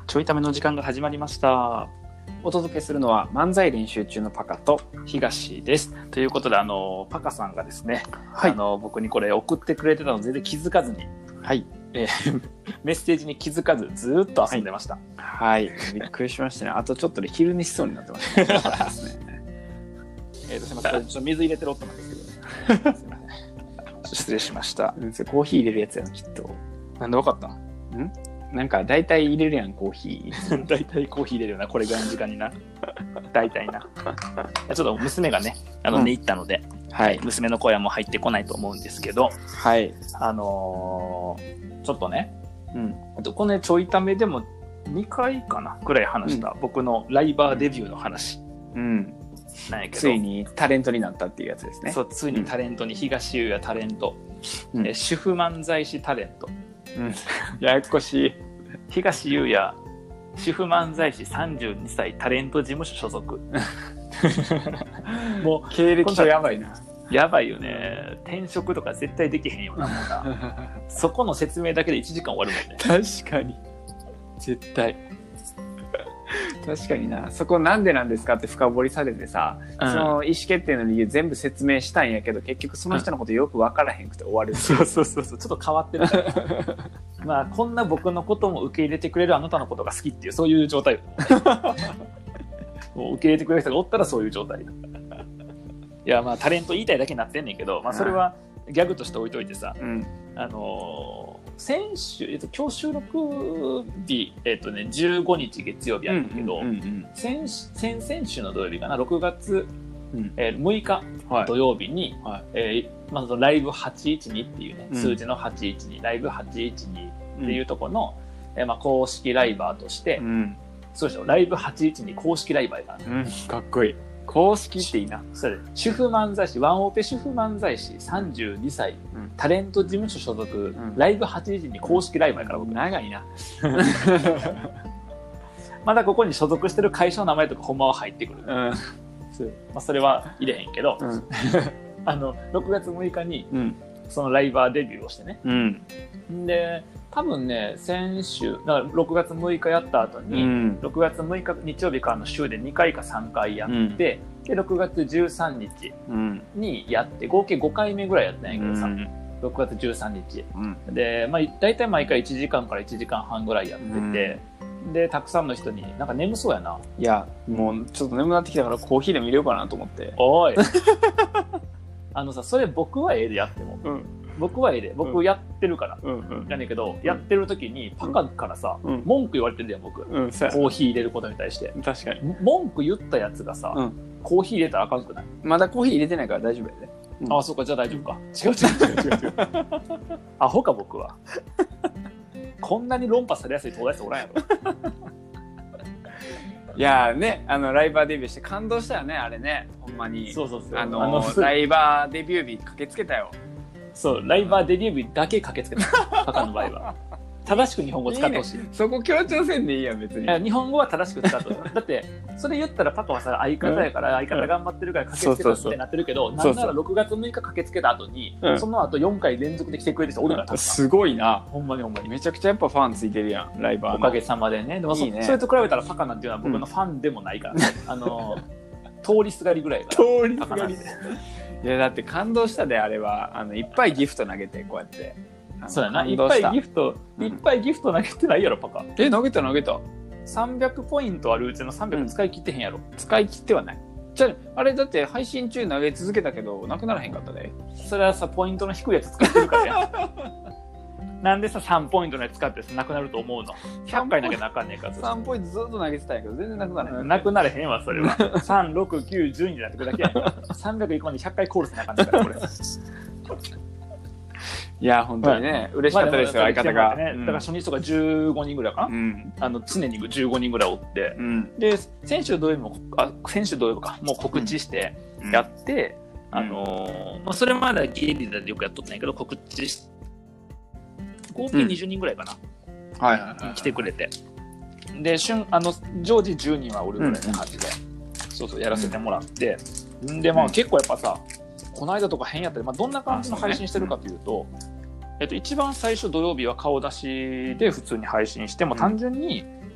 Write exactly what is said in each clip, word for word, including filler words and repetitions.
ちょいための時間が始まりました。 お届けするのは漫才練習中のパカと東です。ということで、あのパカさんがですね、 はい、 あの僕にこれ送ってくれてたの全然気づかずに、 はい、 えー、メッセージに気づかずずーっと遊んでました。 はい、はい、びっくりしましたね。あとちょっとで昼寝しそうになってましたね。 えーとすみません、ちょっと水入れてる音なんですけど、ね、すみません、失礼しました。 コーヒー入れるやつやな、きっと。 なんでわかったん？ んなんか大体入れるやん、コーヒー。大体コーヒー入れるよな、これぐらいの時間にな。大体な。ちょっと娘がね、あの寝入ったので、うん、はい、娘の声はもう入ってこないと思うんですけど、 はい、 あのー、ちょっとね、 うん、 このね、ちょいためでもにかいかなぐらい話した、うん、僕のライバーデビューの話。 うん。 なんやけど、 ついにタレントになったっていうやつですね。 そう、ついにタレントに、東優也タレント、 うん、 え主婦漫才師タレント。 うん、ややこしい。 東優也主婦漫才師さんじゅうにさいタレント事務所所属。 もう経歴書やばいな。 やばいよね。転職とか絶対できへんよなもんな。そこの説明だけでいちじかん終わるもんね。 確かに絶対確かにな。そこなんでなんですかって深掘りされてさ、うん、その意思決定の理由全部説明したんやけど結局その人のことよく分からへんくて終わる、うん、 そうそうそうそう、ちょっと変わってるからまあこんな僕のことも受け入れてくれるあなたのことが好きっていうそういう状態よ、ね、もう受け入れてくれる人がおったらそういう状態。いやまあタレント言いたいだけになってんねんけど、まあ、それはギャグとして置いといてさ、うん、あのー先週、えっと、今日収録日、えっとね、じゅうごにち月曜日やるんだけど、うんうんうん、先, 先々週の土曜日かな、ろくがつ、うんえー、むいか土曜日に、はいえーまあ、ライブはちいちにっていうね、うん、数字のはちいちに、ライブはちいちにっていうところの、うんえーまあ、公式ライバーとして、うん、そうでしょ、ライブはちいちに公式ライバーやから、 うん、かっこいい。公式っていいな。 それ主婦漫才師ワンオペ主婦漫才師さんじゅうにさい、うん、タレント事務所所属、うん、ライブはちじに公式ライバーやから僕、うん、 長いなまだここに所属してる会社の名前とかほんまは入ってくる、うんそ, まあ、それは入れへんけど、うん、あのろくがつむいかに、うん、そのライバーデビューをしてね、うん、で多分ね先週だからろくがつむいかやった後に、うん、ろくがつむいか日曜日からの週でにかいかさんかいやって、うん、でろくがつじゅうさんにちにやって合計ごかいめぐらいやったんやけどさ、うん、ろくがつじゅうさんにち、うん、で、まあ、大体毎回いちじかんからいちじかんはんぐらいやってて、うん、でたくさんの人になんか眠そうやな。 いやもうちょっと眠くなってきたからコーヒーでも入れようかなと思って。 おいあのさ、それ僕はええでやっても、うん僕はええで、僕やってるから、うんうん、やねんけど、うん、やってる時にパカからさ、うん、文句言われてるやん僕、うん、コーヒー入れることに対して。 確かに文句言ったやつがさ、うん、コーヒー入れたらあかんくない？ まだコーヒー入れてないから大丈夫やで、 うん、ああそうか、じゃあ大丈夫か。違う違う違う違う違うアホか僕はこんなに論破されやすい東大生おらんやろいやーね、あのライバーデビューして感動したよねあれね、ほんまに。 そうそうそう、 あのあのライバーデビュー日駆けつけたよ。 そうライバーデビュー日だけ駆けつけたパカの場合は正しく日本語使ってほしい。いいね、 そこ強調せんでいいやん別に。 日本語は正しく使ってほしい。だってそれ言ったらパカはさ相方やから相方頑張ってるから駆けつけたってなってるけど、なんならろくがつむいか駆けつけた後に、うん、その後よんかい連続で来てくれる人おるから、 すごいな。 ほんまにほんまにめちゃくちゃやっぱファンついてるやんライバーの。 おかげさまでね。でも そ, いいねそれと比べたらパカなんていうのは僕のファンでもないから、ねうん、あの通りすがりぐらいから通りすがりいやだって感動したであれは。あのいっぱいギフト投げてこうやって。 そうやな、いっぱいギフト、うん、いっぱいギフト投げてないやろパカ。 え投げた投げた。 さんびゃくポイントあるうちのさんびゃく使い切ってへんやろ、 うん、使い切ってはない。じゃああれだって配信中投げ続けたけどなくならへんかったで。 それはさポイントの低いやつ使ってるからやなんでささんポイントのやつ使ってさなくなると思うの。ひゃっかい投げなあかんねんから。 さんポイントずっと投げてたんやけど全然なくならへん。 なくなれへんわそれはさん、ろく、きゅう、じゅうにでなってくるだけやんさんびゃくいくまでひゃっかいコールせなあかんねんからこれいや本当にね、まあ、嬉しかったですよ、まあ、相方が、 ねうん、だから初日とかじゅうごにんぐらいかな、うん、あの常にじゅうごにんぐらいおって、うん、で先週土曜日もあ先週土曜日かもう告知してやって、うん、あのーまあ、それまではゲリラでよくやっとったんやけど告知して合計にじゅうにんぐらいかな、 うんはいはいはい、 来てくれてで瞬あの常時じゅうにんはおるぐらいの感じで、うん、そうそうやらせてもらって、うん、でまあ結構やっぱさこの間とか変やったり、まあ、どんな感じの配信してるかというと、えっと、一番最初土曜日は顔出しで普通に配信しても単純に、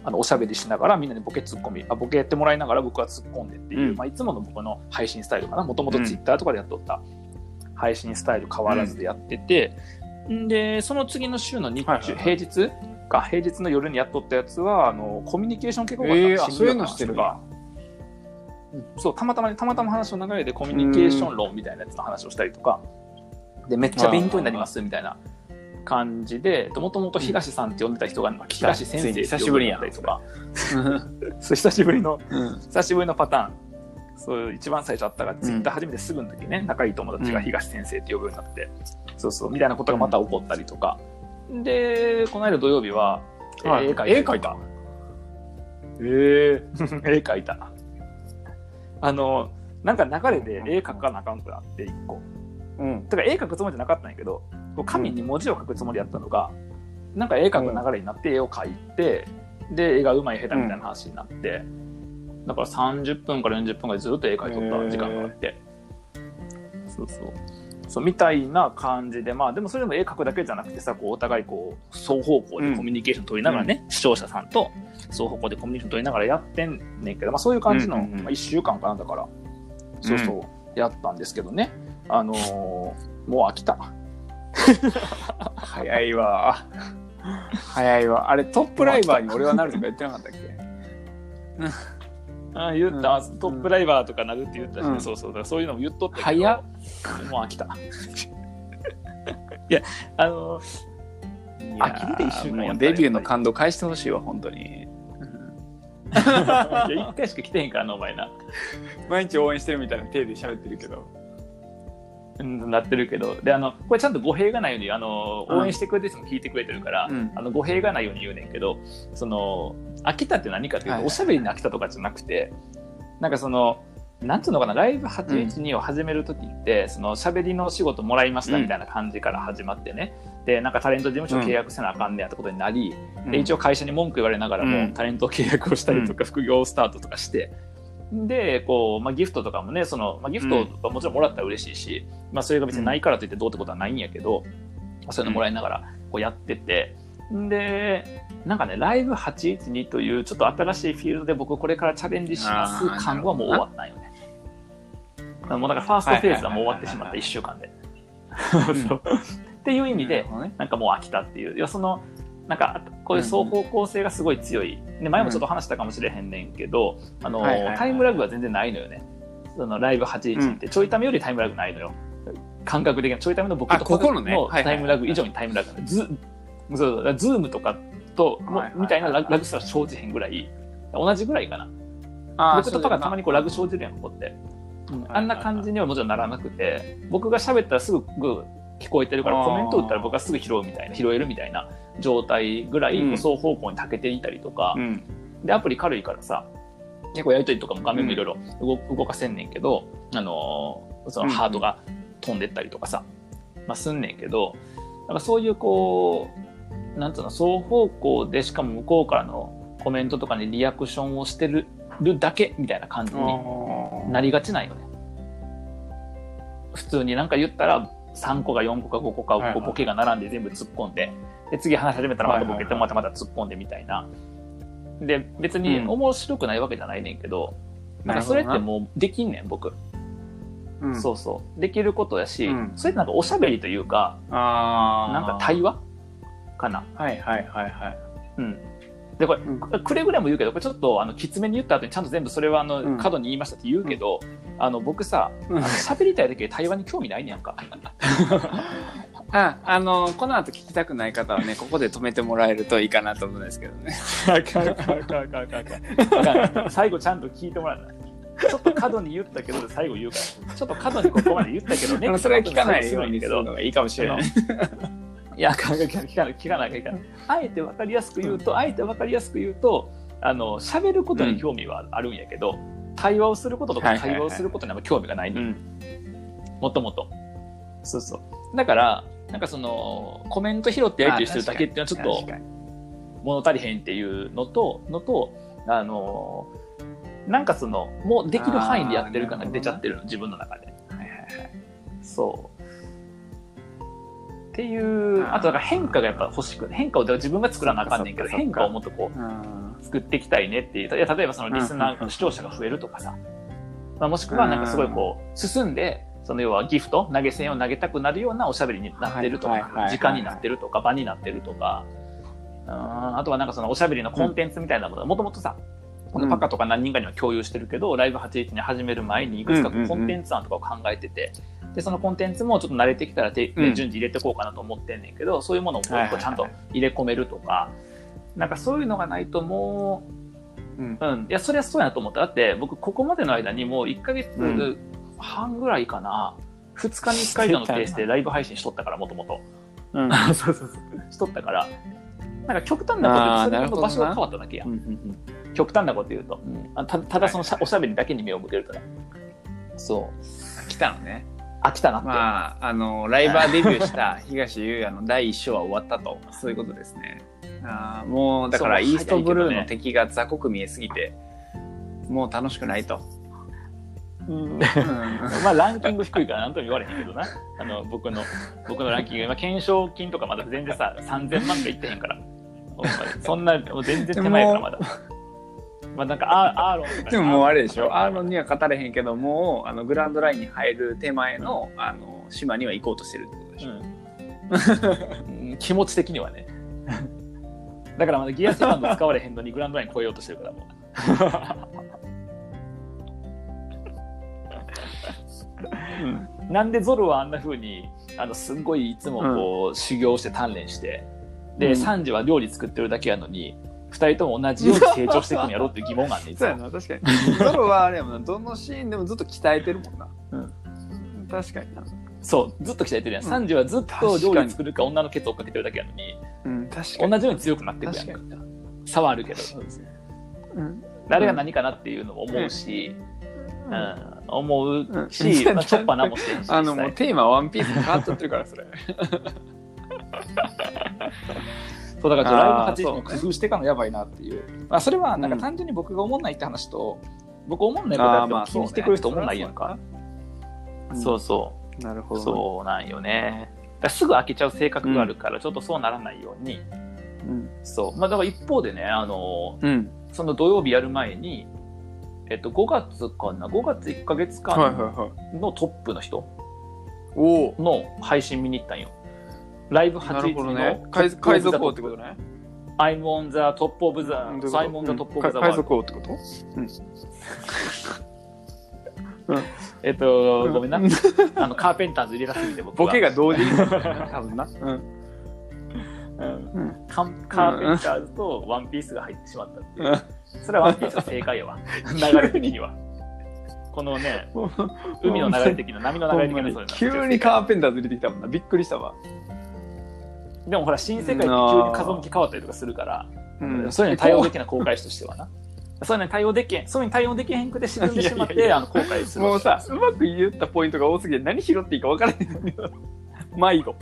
あのおしゃべりしながらみんなにボケツッコミあボケやってもらいながら僕は突っ込んでっていう、 うんまあ、いつもの僕の配信スタイルかな。もともとツイッターとかでやっとった配信スタイル変わらずでやってて、うん、でその次の週の日中、はいはいはい、平日か平日の夜にやっとったやつはあのコミュニケーション結構多かった、 えー、そういうのしてるか。 そうたまたまたまたま話の流れでコミュニケーション論みたいなやつの話をしたりとかでめっちゃ勉強になりますみたいな感じで、もともと東さんって呼んでた人が東先生って久しぶりやったりとかそう久しぶりの、 うん、 久しぶりのパターン。そう一番最初あったがツイッター始めてすぐの時ね、うん、仲いい友達が東先生って呼ぶようになって、うん、そうそうみたいなことがまた起こったりとか、うん、でこの間土曜日は、 はい、 絵描いた。 絵描いた。 えー、絵描いた。あのなんか流れで絵描かなあかんくなって一個。うん。だから絵描くつもりじゃなかったんやけど、紙に文字を書くつもりやったのが、うん、なんか絵描く流れになって絵を描いて、で絵が上手い下手みたいな話になって、うん、だからさんじゅっぷんからよんじゅっぷんぐらいずっと絵描いとった時間があって、そうそう。そうみたいな感じで、まあでもそれでも絵描くだけじゃなくてさ、こうお互いこう双方向でコミュニケーション取りながらね、うん、視聴者さんと双方向でコミュニケーション取りながらやってんねんけど、まあそういう感じの、うんうんうんまあ、いっしゅうかんかなだから、そうそう、うん、やったんですけどね、あのー、もう飽きた。 早いわ。早いわ。あれトップライバーに俺はなるとか言ってなかったっけ？ ああ言った、うん、トップライバーとかなるって言ったし、ねうん、そうそうだからそういうのも言っとったけど早っもう飽きた。いやあのー、飽きるで一週間やったデビューの感動返してほしいわ本当に。いや一回しか来てへんからなお前な。 毎日応援してるみたいな手で喋ってるけど。 うん、なってるけどであのこれちゃんと語弊がないようにあの、うん、応援してくれてる人も聞いてくれてるから、うん、あの語弊がないように言うねんけどその飽きたって何かっていうと、はい、おしゃべりに飽きたとかじゃなくてなんかそのなんつうのかなライブはちいちにを始める時って、うん、そのしゃべりの仕事もらいましたみたいな感じから始まってね、うん、でなんかタレント事務所契約せなあかんねやってことになり、うん、で一応会社に文句言われながらも、うん、タレント契約をしたりとか、うん、副業スタートとかしてでこう、まあ、ギフトとかもねその、まあ、ギフトはもちろんもらったら嬉しいし、うんまあ、それが別にないからといってどうってことはないんやけど、うん、そういうのもらいながらこうやっててでなんかねライブはちいちにというちょっと新しいフィールドで僕これからチャレンジします感はもう終わったんよね。もうだからファーストフェーズはもう終わってしまったいっしゅうかんでっていう意味でなんかもう飽きたっていういやそのなんかこういう双方向性がすごい強い、で前もちょっと話したかもしれへんねんけど、うん、あの、はいはいはい、タイムラグは全然ないのよね。そのライブはちいちってちょいためよりタイムラグないのよ、感覚的なちょいための僕とここのタイムラグ以上にタイムラグないズそうズームとかと、はいはいはい、みたいなラグすら生じへんぐらい同じぐらいかな。あ僕とかがたまにこうラグ生じるやんここって、うん、あんな感じにはもちろんならなくて僕が喋ったらすぐ聞こえてるからコメント打ったら僕はすぐ拾うみたいな拾えるみたいな状態ぐらい双方向に長けていたりとか、うん、でアプリ軽いからさ結構やりとりとかも画面もいろいろ動かせんねんけど、あのー、そのハートが飛んでったりとかさ、まあ、すんねんけどなんかそういうこうなんつうの双方向でしかも向こうからのコメントとかにリアクションをしてるだけみたいな感じになりがちなんよね。普通になんか言ったらさんこかよんこかごこかボケが並んで全部突っ込んで、で次話し始めたらまたボケてまたまた突っ込んでみたいな。で別に面白くないわけじゃないねんけど、うん、なんかそれってもうできんねん僕、うん、そうそうできることやし、うん、それってなんかおしゃべりというかあなんか対話かな。 はいはいはいはい。 うんでこれ、うん、くれぐれも言うけどこれちょっとあのきつめに言った後にちゃんと全部それはあの、うん、過度に言いましたって言うけど、うん、あの僕さ喋、うん、りたいだけで対話に興味ないねやんか。 ああのこの後聞きたくない方はねここで止めてもらえるといいかなと思うんですけどね。 最後ちゃんと聞いてもらうちょっと過度に言ったけど最後言うからちょっと過度にここまで言ったけどねそれは聞かないようにするのがいいかもしれない。 いや聞かない聞かない聞かない聞かない。あえて分かりやすく言うと、うん、あえて分かりやすく言うとあの喋ることに興味はあるんやけど、うん、対話をすることとか会話をすることには興味がないね、はいはいはい、もともとそうそうだからなんかそのコメント拾ってやり取りしてるだけっていうのはちょっと物足りへんっていうのとのとあのなんかそのもうできる範囲でやってるから出ちゃってるの自分の中で、はいはいはい、そうっていうあとだから変化がやっぱ欲しく変化を自分が作らなあかんねんけど変化をもっとこう作っていきたいねっていう。いや例えばそのリスナー、視聴者が増えるとかさ。まあ、もしくはなんかすごいこう、進んで、その要はギフト、投げ銭を投げたくなるようなおしゃべりになってるとか、時間になってるとか、場になってるとか、うん、あとはなんかそのおしゃべりのコンテンツみたいなもの、もともとさ、このパカとか何人かには共有してるけど、うん、ライブはちじゅういちに始める前にいくつかコンテンツ案とかを考えてて、でそのコンテンツもちょっと慣れてきたらて、うん、順次入れていこうかなと思ってんねんけど、そういうものをもう一個ちゃんと入れ込めるとか、なんかそういうのがないともう、うん、うん、いやそれはそうやなと思った。だって僕ここまでの間にもういっかげつはんぐらいかな、ふつかにいっかい以上のペースでライブ配信しとったから、もともと。そうそうそう。しとったから、なんか極端なことで、それの場所が変わっただけや。うんうんうん、極端なこと言うと。うん、た, ただそのおしゃべりだけに目を向けるとね。そう。 来たのね。 あ、来たなって。 まあ、あの、ライバーデビューした東優也のだいいっ章は終わったと。そういうことですね。あもう、だからイーストブルーの敵が雑魚く見えすぎて、もう楽しくないと。 うんまあランキング低いから何とも言われへんけどな、あの僕の僕のランキング、まあ、懸賞金とかまだ全然ささんぜんまんとかいってへんから、そんなもう全然手前やからまだ。まあなんかアーロンとかでももうあれでしょ、アーロンには語れへんけどもうあのグランドラインに入る手前の、うん、あの島には行こうとしてるってことでしょ、 うん、気持ち的にはね。だからまだギアセカンド使われへんのにグランドライン超えようとしてるからもう。うん、なんでゾルはあんな風にあのすんごいいつもこう、うん、修行して鍛錬してで、うん、サンジは料理作ってるだけやのにふたりとも同じように成長していくんやろっていう疑問があんねん。 そうやな、確かにゾルはあれやもんな、どのシーンでもずっと鍛えてるもんな、うん、確かにな。 そうずっと鍛えてるやん、うん、サンジはずっと料理作るか女のケツ追っかけてるだけやのに、うん、確かに同じように強くなっていくやんか。差はあるけど、そうですね、うん、あれが何かなっていうのも思うし、うんうん思うし、うんまあ、チョッパー何もしてんし、 あのもうテーマはワンピースに変わっちゃってるからそれそうだからライブはちじゅういちに工夫していかのやばいなっていう、まあ、それはなんか単純に僕が思んないって話と、うん、僕思んないことやっても気にしてくれる人思んないやんか、うん、そうそうなるほど、 そうなんよね。だすぐ飽きちゃう性格があるから、うん、ちょっとそうならないように、うん、そうまあだから一方でね、あの、うん、その土曜日やる前にえっと、ごがつかなごがついっかげつかんのトップの人の配信見に行ったんよ。ライブはちじゅういちの海賊王ってことね。 I'm on the top of the I'm on the top of the world。 海賊王ってこと？ うん。えっと、ごめんな。あのカーペンターズ入れなすぎて僕は。 ボケが同時に多分な。うん。 うん、カ, カーペンターズとワンピースが入ってしまったっていう、うん、それはワンピースの正解やわ流れ的にはこのね海の流れ的な波の流れ的なそういう急にカーペンターズ入れてきたもんな、びっくりしたわ。 でもほら新世界って急に風向き変わったりとかするから、うん、そういうのに対応できない公開師としてはなそういうのに対応できへん、そういうのに対応できへんくて沈んでしまっていやいやいやあの後悔する。 もうさ、うまく言ったポイントが多すぎて何拾っていいか分からへんんだけど迷子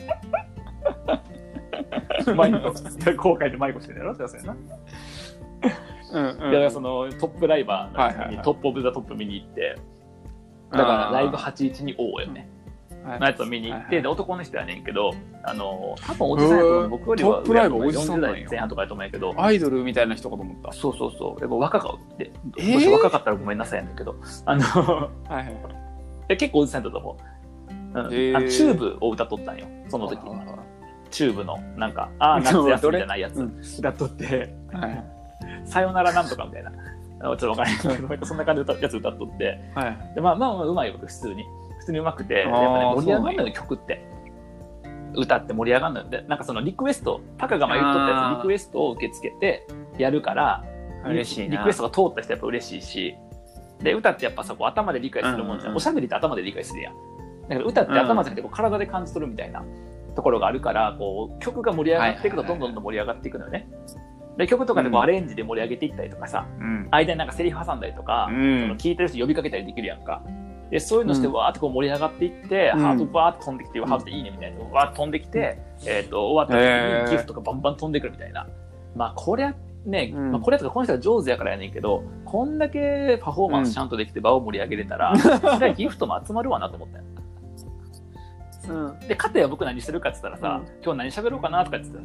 迷子後悔で迷子してるやろってそうやな。うんうん、いやだからそのトップライバーの時に、はいはいはい、トップオブザトップ見に行って、だからライブはちじゅういちに王よね、はい、のやつを見に行って、はいはい、で男の人やねんけど、あの多分おじさんやと僕よりはトップライブおじさんなんよんじゅうだいぜん半とかやと思うんやけど、 アイドルみたいな人かと思った。 そうそうそう、やっぱ若かって、えー、もし若かったらごめんなさいやねんけど、あのはいはい、はい、結構おじさんやったと思う、うん、えー、あのチューブを歌っとったんよその時に。チューブのなんかあー夏休みじゃないやつ、うん、歌っとって、はい、さよならなんとかみたいな、ちょっと分からないけどそんな感じのやつ歌っとって、はい、でまあまあうまいよ普通に普通にうまくて、やっぱね盛り上がるのよ曲って歌って盛り上がるのよ。でなんかそのリクエストパカが前言っとったやつリクエストを受け付けてやるから嬉しいな、 リクエストが通った人やっぱ嬉しいし、で歌ってやっぱさこう頭で理解するもんじゃん、うんうん、おしゃべりって頭で理解するやん。だから歌って頭じゃなくてこう体で感じ取るみたいなところがあるから、こう曲が盛り上がっていくとどんどんどん盛り上がっていくのよね。で曲とかでこうアレンジで盛り上げていったりとかさ、うん、間になんかセリフ挟んだりとか、うん、その聞いてる人呼びかけたりできるやんか。でそういうのしてわーっとこう盛り上がっていって、うん、ハートバーっと飛んできて、うん、ハートでいいねみたいなわーっと飛んできて、うん、えー、と終わった時にギフトがバンバン飛んでくるみたいな。まあこれはね、うん、まあ、これとかこの人が上手やからやねんけど、こんだけパフォーマンスちゃんとできて場を盛り上げれたら、うん、それはギフトも集まるわなと思ったよ。うん、で、かたや僕何してるかって言ったらさ、うん、今日何喋ろうかなとかって言ってさ、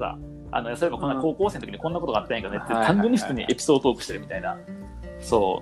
あのそういえばこんな高校生の時にこんなことがあったんやけどねって、 うん単純に人にエピソードトークしてるみたいな、そう、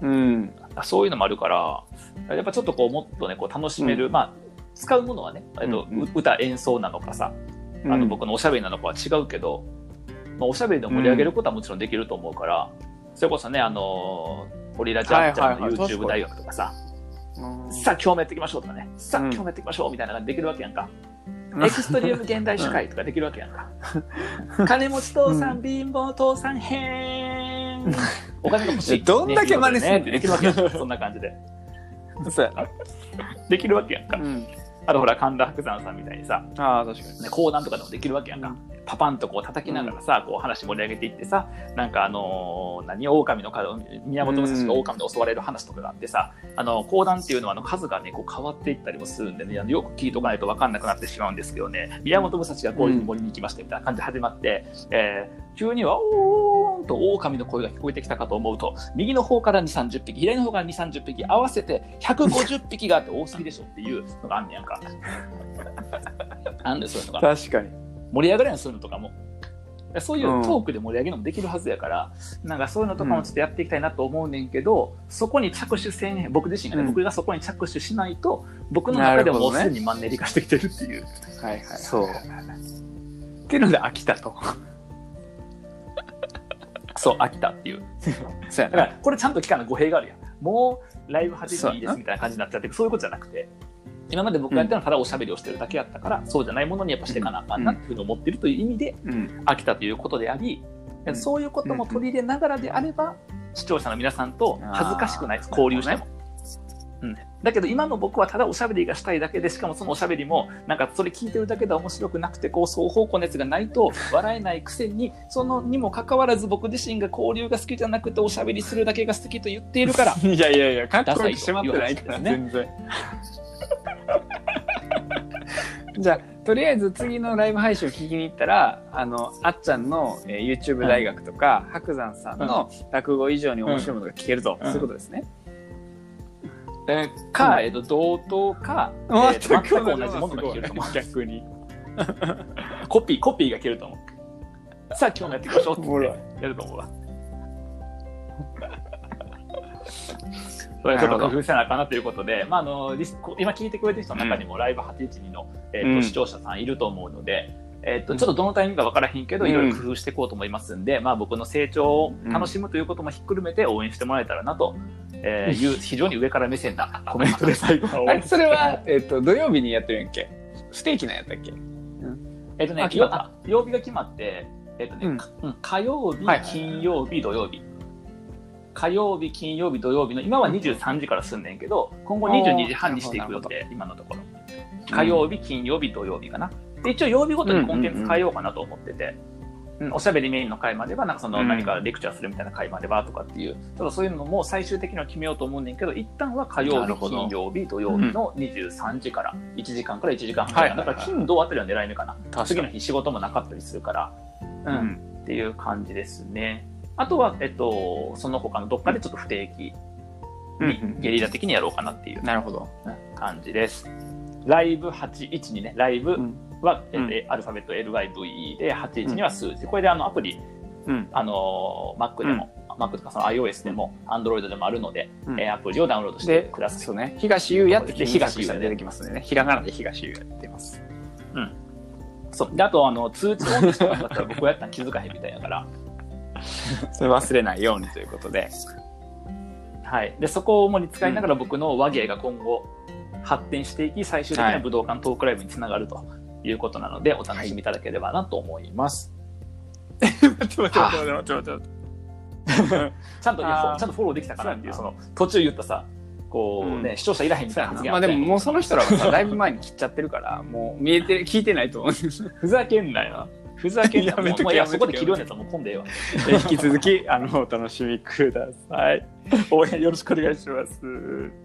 うん、 そういうのもあるから、やっぱちょっとこうもっとねこう楽しめる、うん、まあ使うものはね、えっとうん、歌演奏なのかさ、あの僕のおしゃべりなのかは違うけど、まあ、おしゃべりで盛り上げることはもちろんできると思うから、うん、それこそね、あのオリラジャーちゃんの YouTube 大学とかさ、うん、さあ今日もやっていきましょうとかね、さあ今日もやっていきましょうみたいなのができるわけやんか、うん、エクストリーム現代主会とかできるわけやんか、うん、金持ち父さん、うん、貧乏父さんへーんお金が欲しい、 どんだけ真似するね、できるわけやんかそんな感じでそうやなできるわけやんか、うん、あとほら神田伯山さんみたいにさ、 あ確かに、 ね、講談とかでもできるわけやんか、うん、パパンとこう叩きながらさ、うん、こう話盛り上げていってさ、なんかあのー、何狼の宮本武蔵が狼で襲われる話とかがあってさ、うん、あの講談っていうのはあの数がねこう変わっていったりもするんでね、よく聞いとかないと分かんなくなってしまうんですけどね、宮本武蔵がこういう森に行きましたみたいな感じで始まって、うん、えー、急にはおーんと狼の声が聞こえてきたかと思うと、右の方からにじゅう、さんじゅっぴき、左の方からにじゅう、さんじゅっぴき合わせてひゃくごじゅっぴきがあって多すぎでしょっていうのがあんねやんかなんでそういうのが確かに盛り上がるやん、そういうのとかも。そういうトークで盛り上げるのもできるはずやから、うん、なんかそういうのとかもちょっとやっていきたいなと思うねんけど、うん、そこに着手せん、僕自身がね、うん、僕がそこに着手しないと、僕の中でももうすでにマンネリ化してきてるっていう。 はいはい。 そう。 っていうので飽きたと。 そう、飽きたっていう。 そうやな。 だからこれちゃんと聞かない語弊があるやん。もうライブはちじいいですみたいな感じになっちゃって、そういうことじゃなくて、今まで僕がやったのはただおしゃべりをしてるだけやったから、うん、そうじゃないものにやっぱしていかなあかんなっていうふうに思ってるという意味で、うん、飽きたということであり、うん、そういうことも取り入れながらであれば、視聴者の皆さんと恥ずかしくないです、交流しても、うん。だけど今の僕はただおしゃべりがしたいだけで、しかもそのおしゃべりもなんかそれ聞いてるだけでは面白くなくて、こう双方向熱がないと笑えないくせに、そのにもかかわらず僕自身が交流が好きじゃなくておしゃべりするだけが好きと言っているからいやいやいや、かっこよくしまってないからね、全然じゃあとりあえず次のライブ配信を聞きに行ったら、あのあっちゃんの、えー、YouTube 大学とか、うん、白山さんの落語以上に面白いものが聞けると、うん、そういうことですね、 うん、えー、か、えー、と同等か、えー、全く同じものが聞けると思う逆にコピーコピーが聞けると思う。さあ今日もやっていきましょうってやると思うわそれちょっと工夫せなあかんなということで、まあ、あの今聞いてくれてる人の中にもライブはちいちにの、えーとうん、視聴者さんいると思うので、えーと、ちょっとどのタイミングか分からへんけど、うん、いろいろ工夫していこうと思いますんで、まあ、僕の成長を楽しむということもひっくるめて応援してもらえたらなと、えー、いう非常に上から目線なコメントで最後は終わりそれは、えーと、土曜日にやってるんやっけ、不定期なんやったっけ、うん、 えっ、ー、とね曜日が決まって、えーとねうん、火曜日、はい、金曜日、土曜日、火曜日、金曜日、土曜日の今はにじゅうさんじからすんねんけど、今後にじゅうにじはんにしていく予定、今のところ。火曜日、金曜日、土曜日かな。で一応曜日ごとにコンテンツ変えようかなと思ってて、うんうんうん、おしゃべりメインの回まではなんかその何かレクチャーするみたいな回まではとかっていう、ただそういうのも最終的には決めようと思うねんけど、一旦は火曜日、金曜日、土曜日のにじゅうさんじからいちじかんからいちじかんはんぐらい、だから金土あたりは狙い目かな。次の日仕事もなかったりするから、うん、うん、っていう感じですね。あとは、えっと、その他のどっかでちょっと不定期にゲリラ的にやろうかなっていう感じです。ライブはちいちにね、ライブは、うん、アルファベット エルワイブイ ではちいちには数字。これであのアプリ、うん、あの Mac でも、うん、Mac とかその iOS でも Android でもあるので、うん、アプリをダウンロードしてください。 そうね、東優也って東優也出てきますのでね、ひらがなで東優也ってます。 うん。そう。で、あとあの通知オンにしてもらったら僕がやったら気づかへんみたいだから。 それ忘れないようにということで、 はい、でそこを主に使いながら僕の話芸が今後発展していき、最終的な武道館トークライブにつながるということなので、お楽しみいただければなと思います。 待って待って待って待って待ってちゃんとちゃんとフォローできたかなっていう、その途中言ったさ、こうね、うん、視聴者いらへんみたいな発言あった。まあでももうその人らはさだいぶ前に切っちゃってるからもう見えて聞いてないと思うんです。 ふざけんなよ。ふざけんなよ。もういやそこで切るようなやつはもう今度ええわ。 引き続きあのお楽しみください。 応援よろしくお願いします。